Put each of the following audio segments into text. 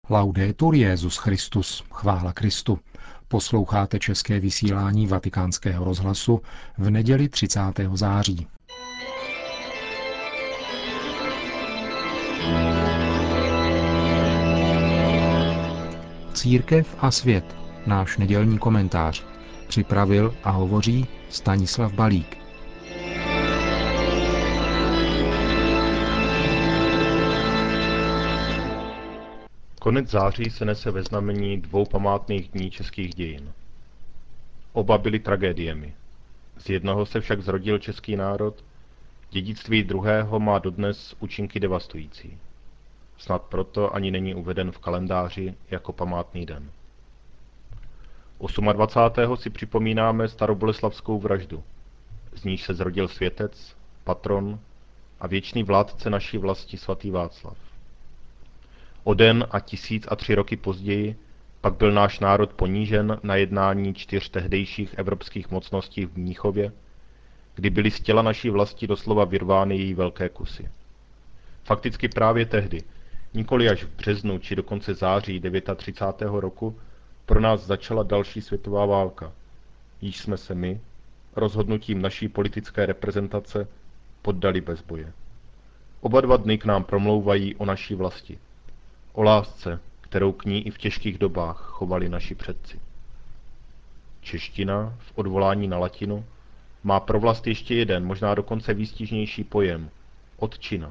Laudetur Jesus Christus, chvála Kristu. Posloucháte české vysílání Vatikánského rozhlasu v neděli 30. září. Církev a svět, náš nedělní komentář. Připravil a hovoří Stanislav Balík. Konec září se nese ve znamení dvou památných dní českých dějin. Oba byly tragédiemi. Z jednoho se však zrodil český národ, dědictví druhého má dodnes účinky devastující. Snad proto ani není uveden v kalendáři jako památný den. 28. si připomínáme staroboleslavskou vraždu, z níž se zrodil světec, patron a věčný vládce naší vlasti svatý Václav. O den a 1003 roky později pak byl náš národ ponížen na jednání 4 tehdejších evropských mocností v Mnichově, kdy byly z těla naší vlasti doslova vyrvány její velké kusy. Fakticky právě tehdy, nikoli až v březnu či dokonce září 39. roku, pro nás začala další světová válka, jíž jsme se my, rozhodnutím naší politické reprezentace, poddali bez boje. Oba dva dny k nám promlouvají o naší vlasti, o lásce, kterou k ní i v těžkých dobách chovali naši předci. Čeština, v odvolání na latinu, má pro vlast ještě jeden, možná dokonce výstižnější pojem – otčina.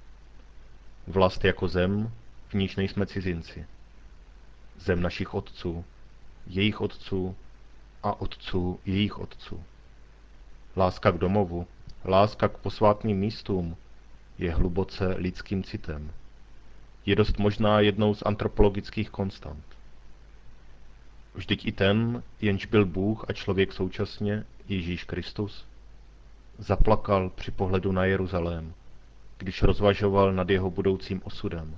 Vlast jako zem, v níž nejsme cizinci. Zem našich otců, jejich otců a otců jejich otců. Láska k domovu, láska k posvátným místům je hluboce lidským citem. Je dost možná jednou z antropologických konstant. Vždyť i ten, jenž byl Bůh a člověk současně, Ježíš Kristus, zaplakal při pohledu na Jeruzalém, když rozvažoval nad jeho budoucím osudem.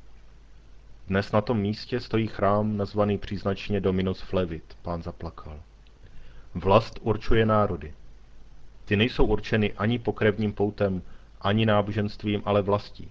Dnes na tom místě stojí chrám nazvaný příznačně Dominus Flevit, Pán zaplakal. Vlast určuje národy. Ty nejsou určeny ani pokrevním poutem, ani náboženstvím, ale vlastí.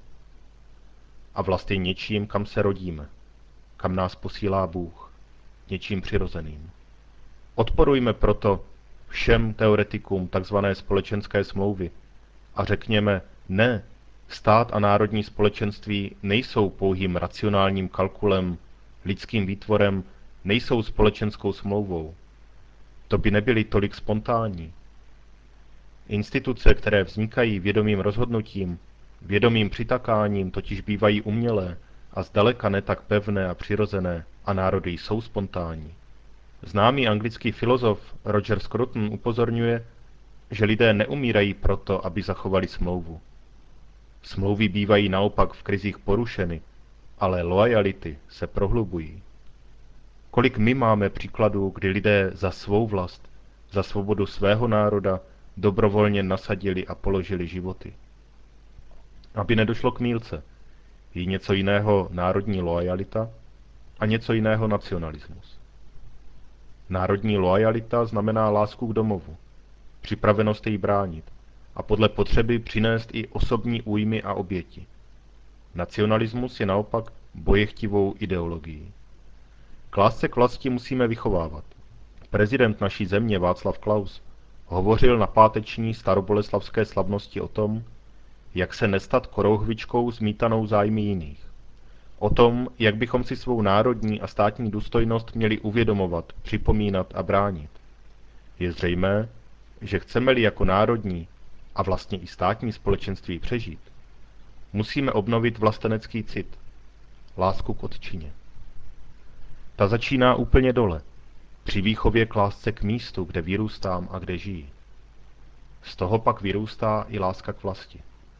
A vlast je něčím, kam se rodíme, kam nás posílá Bůh, něčím přirozeným. Odporujme proto všem teoretikům tzv. Společenské smlouvy a řekněme ne, stát a národní společenství nejsou pouhým racionálním kalkulem, lidským výtvorem, nejsou společenskou smlouvou. To by nebyly tolik spontánní. Instituce, které vznikají vědomým rozhodnutím, vědomým přitakáním, totiž bývají umělé a zdaleka ne tak pevné a přirozené, a národy jsou spontánní. Známý anglický filozof Roger Scruton upozorňuje, že lidé neumírají proto, aby zachovali smlouvu. Smlouvy bývají naopak v krizích porušeny, ale loajality se prohlubují. Kolik my máme příkladů, kdy lidé za svou vlast, za svobodu svého národa dobrovolně nasadili a položili životy. Aby nedošlo k mýlce, je něco jiného národní loajalita a něco jiného nacionalismus. Národní loajalita znamená lásku k domovu, připravenost jej bránit a podle potřeby přinést i osobní újmy a oběti. Nacionalismus je naopak bojechtivou ideologií. K lásce k vlasti musíme vychovávat. Prezident naší země Václav Klaus hovořil na páteční staroboleslavské slavnosti o tom, jak se nestat korouhvičkou zmítanou zájmy jiných. O tom, jak bychom si svou národní a státní důstojnost měli uvědomovat, připomínat a bránit. Je zřejmé, že chceme-li jako národní a vlastně i státní společenství přežít, musíme obnovit vlastenecký cit, lásku k otčině. Ta začíná úplně dole, při výchově k lásce k místu, kde vyrůstám a kde žiji. Z toho pak vyrůstá i láska k vlasti.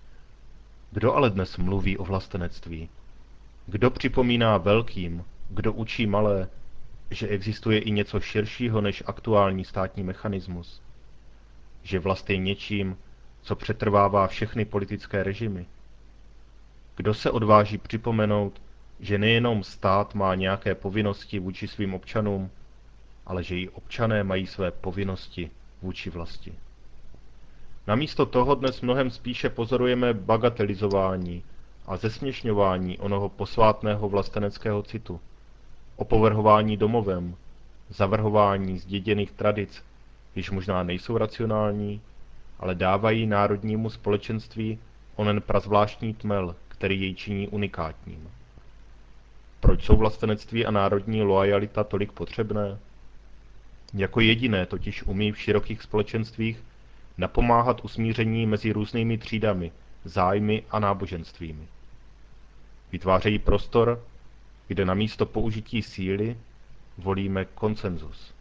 Kdo ale dnes mluví o vlastenectví? Kdo připomíná velkým, kdo učí malé, že existuje i něco širšího než aktuální státní mechanismus? Že vlast je něčím, co přetrvává všechny politické režimy? Kdo se odváží připomenout, že nejenom stát má nějaké povinnosti vůči svým občanům, ale že i občané mají své povinnosti vůči vlasti? Namísto toho dnes mnohem spíše pozorujeme bagatelizování a zesměšňování onoho posvátného vlasteneckého citu, opovrhování domovem, zavrhování zděděných tradic, již možná nejsou racionální, ale dávají národnímu společenství onen prazvláštní tmel, který jej činí unikátním. Proč jsou vlastenectví a národní loajalita tolik potřebné? Jako jediné totiž umí v širokých společenstvích napomáhat usmíření mezi různými třídami, zájmy a náboženstvími. Vytvářejí prostor, kde namísto použití síly volíme konsenzus.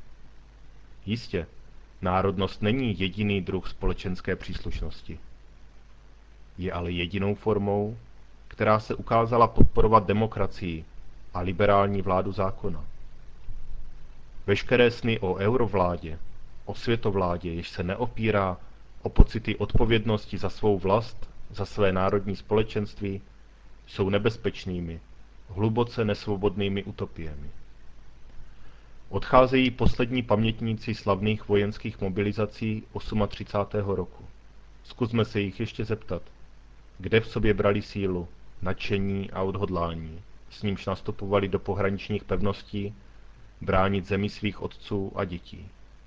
Jistě, národnost není jediný druh společenské příslušnosti. Je ale jedinou formou, která se ukázala podporovat demokracii a liberální vládu zákona. Veškeré sny o eurovládě, o světovládě, jež se neopírá o pocity odpovědnosti za svou vlast, za své národní společenství, jsou nebezpečnými, hluboce nesvobodnými utopiemi. Odcházejí poslední pamětníci slavných vojenských mobilizací 38. roku. Zkusme se jich ještě zeptat, kde v sobě brali sílu, nadšení a odhodlání, s nímž nastupovali do pohraničních pevností, bránit zemi svých otců a dětí.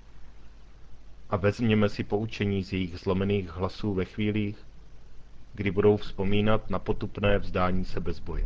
A vezměme si poučení z jejich zlomených hlasů ve chvílích, kdy budou vzpomínat na potupné vzdání se bez boje.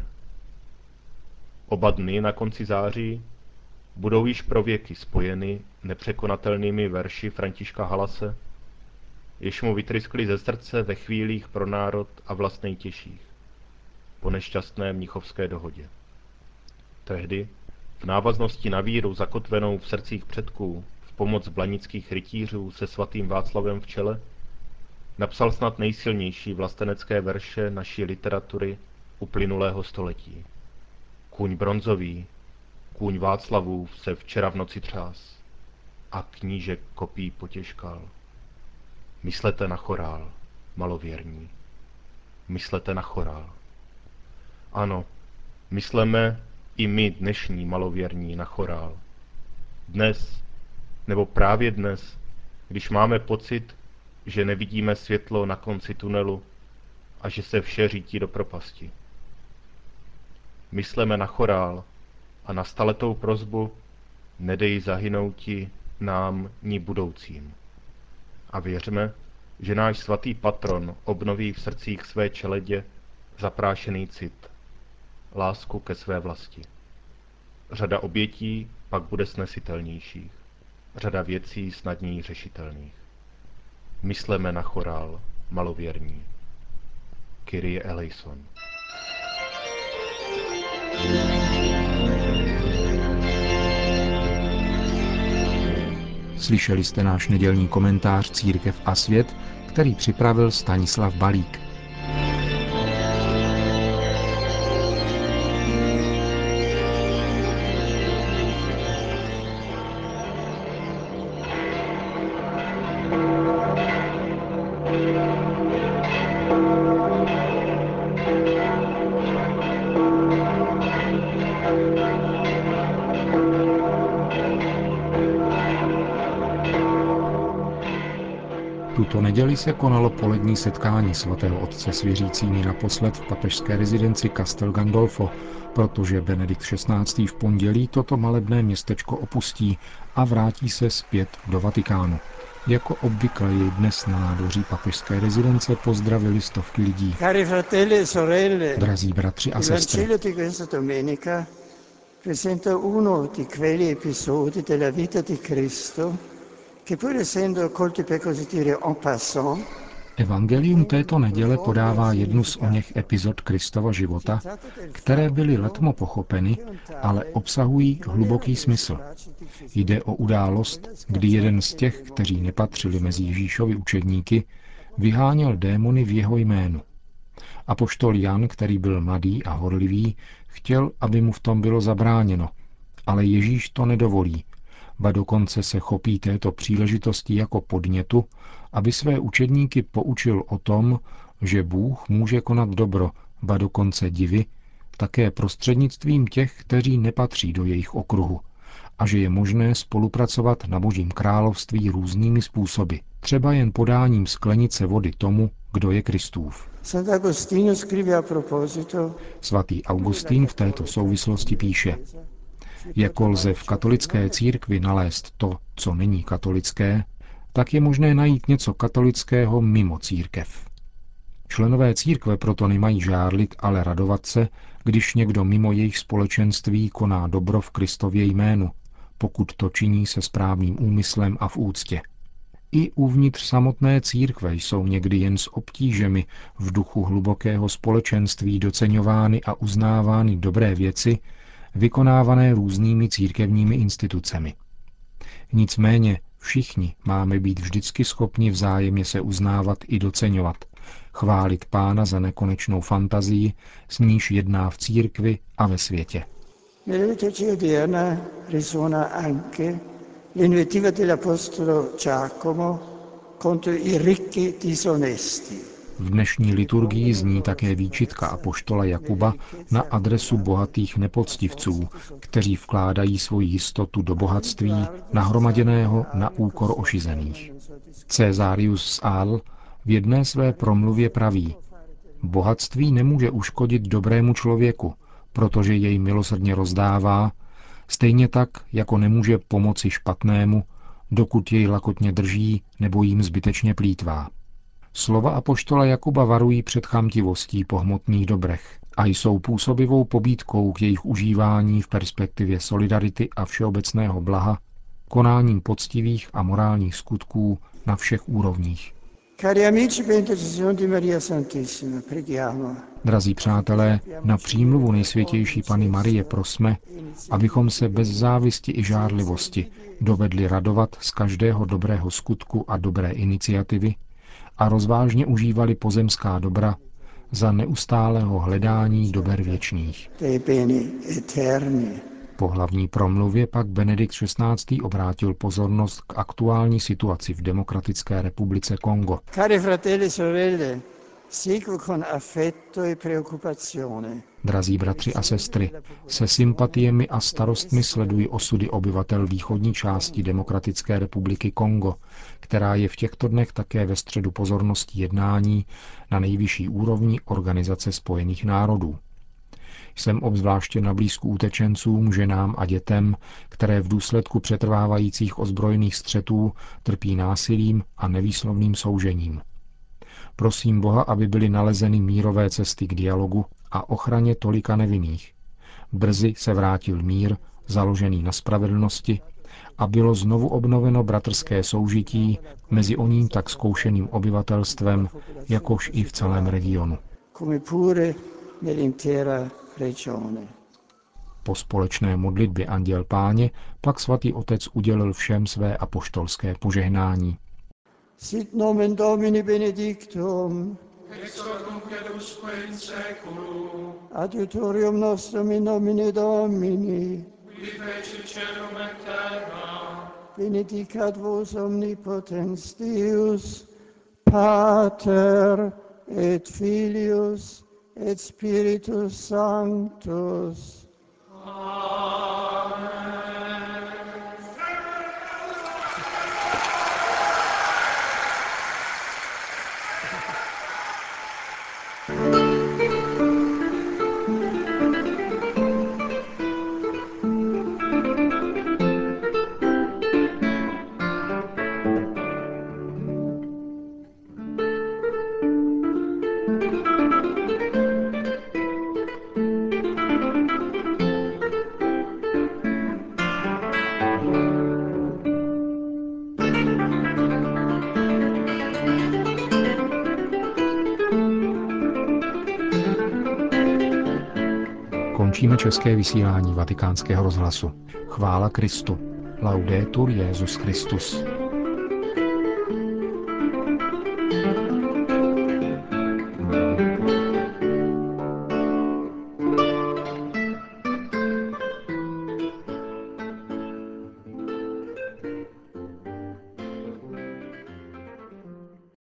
Oba dny na konci září budou již pro věky spojeny nepřekonatelnými verši Františka Halase, jež mu vytryskli ze srdce ve chvílích pro národ a vlast nejtěžších, po nešťastné mnichovské dohodě. Tehdy, v návaznosti na víru zakotvenou v srdcích předků v pomoc blanických rytířů se svatým Václavem v čele, napsal snad nejsilnější vlastenecké verše naší literatury uplynulého století. Kůň bronzový, kůň Václavův se včera v noci třás a knížek kopí potěžkal. Myslete na chorál, malověrní. Myslete na chorál. Ano, mysleme i my dnešní malověrní na chorál. Dnes, nebo právě dnes, když máme pocit, že nevidíme světlo na konci tunelu a že se vše řítí do propasti. Mysleme na chorál a na staletou prosbu nedej zahynouti nám ni budoucím. A věřme, že náš svatý patron obnoví v srdcích své čeledě zaprášený cit, lásku ke své vlasti. Řada obětí pak bude snesitelnějších, řada věcí snadněji řešitelných. Mysleme na chorál, malověrní. Kyrie eleison. Slyšeli jste náš nedělní komentář Církev a svět, který připravil Stanislav Balík. Tuto neděli se konalo polední setkání svatého otce s věřícími naposled v papežské rezidenci Castel Gandolfo, protože Benedikt XVI. V pondělí toto malebné městečko opustí a vrátí se zpět do Vatikánu. Jako obvykle jej dnes na nádvoří papežské rezidence pozdravili stovky lidí. Cari fratelli e sorelle, Drazí bratři a il sestry, Vangelo di questa domenica presenta uno di quegli episodi della vita di Cristo che pur essendo colti per così dire en passant, evangelium této neděle podává jednu z oněch epizod Kristova života, které byly letmo pochopeny, ale obsahují hluboký smysl. Jde o událost, kdy jeden z těch, kteří nepatřili mezi Ježíšovi učedníky, vyháněl démony v jeho jménu. Apoštol Jan, který byl mladý a horlivý, chtěl, aby mu v tom bylo zabráněno, ale Ježíš to nedovolí, ba dokonce se chopí této příležitosti jako podnětu, aby své učedníky poučil o tom, že Bůh může konat dobro, ba dokonce divy, také prostřednictvím těch, kteří nepatří do jejich okruhu, a že je možné spolupracovat na Božím království různými způsoby, třeba jen podáním sklenice vody tomu, kdo je Kristův. Svatý Augustín v této souvislosti píše: jako lze v katolické církvi nalézt to, co není katolické, tak je možné najít něco katolického mimo církev. Členové církve proto nemají žárlit, ale radovat se, když někdo mimo jejich společenství koná dobro v Kristově jménu, pokud to činí se správným úmyslem a v úctě. I uvnitř samotné církve jsou někdy jen s obtížemi v duchu hlubokého společenství doceňovány a uznávány dobré věci, vykonávané různými církevními institucemi. Nicméně všichni máme být vždycky schopni vzájemně se uznávat i doceňovat, chválit Pána za nekonečnou fantazii, s níž jedná v církvi a ve světě. L'invettiva dell'Apostolo Giacomo contro i ricchi disonesti. V dnešní liturgii zní také výčitka apoštola Jakuba na adresu bohatých nepoctivců, kteří vkládají svoji jistotu do bohatství nahromaděného na úkor ošizených. Caesarius z Al v jedné své promluvě praví: bohatství nemůže uškodit dobrému člověku, protože jej milosrdně rozdává, stejně tak, jako nemůže pomoci špatnému, dokud jej lakotně drží nebo jim zbytečně plýtvá. Slova apoštola Jakuba varují před chamtivostí po hmotných dobrech a jsou působivou pobídkou k jejich užívání v perspektivě solidarity a všeobecného blaha, konáním poctivých a morálních skutků na všech úrovních. Drazí přátelé, na přímluvu nejsvětější Panny Marie prosme, abychom se bez závisti i žárlivosti dovedli radovat z každého dobrého skutku a dobré iniciativy a rozvážně užívali pozemská dobra za neustálého hledání dober věčných. Po hlavní promluvě pak Benedikt XVI. Obrátil pozornost k aktuální situaci v Demokratické republice Kongo. Drazí bratři a sestry, se sympatiemi a starostmi sledují osudy obyvatel východní části Demokratické republiky Kongo, která je v těchto dnech také ve středu pozornosti jednání na nejvyšší úrovni Organizace spojených národů. Jsem obzvláště na blízku utečencům, ženám a dětem, které v důsledku přetrvávajících ozbrojených střetů trpí násilím a nevýslovným soužením. Prosím Boha, aby byly nalezeny mírové cesty k dialogu a ochraně tolika nevinných. Brzy se vrátil mír, založený na spravedlnosti, a bylo znovu obnoveno bratrské soužití mezi oním tak zkoušeným obyvatelstvem, jakož i v celém regionu. Po společné modlitbě Anděl Páně pak svatý otec udělil všem své apoštolské požehnání. Sit nomen Domini benedictum, ex hoc nunc et usque in saeculum, adiutorium nostrum in nomine Domini, qui fecit caelum et terra, benedicat vos omnipotens Deus, Pater et Filius et Spiritus Sanctus. Amen. Končíme české vysílání Vatikánského rozhlasu. Chvála Kristu. Laudetur Jesus Christus.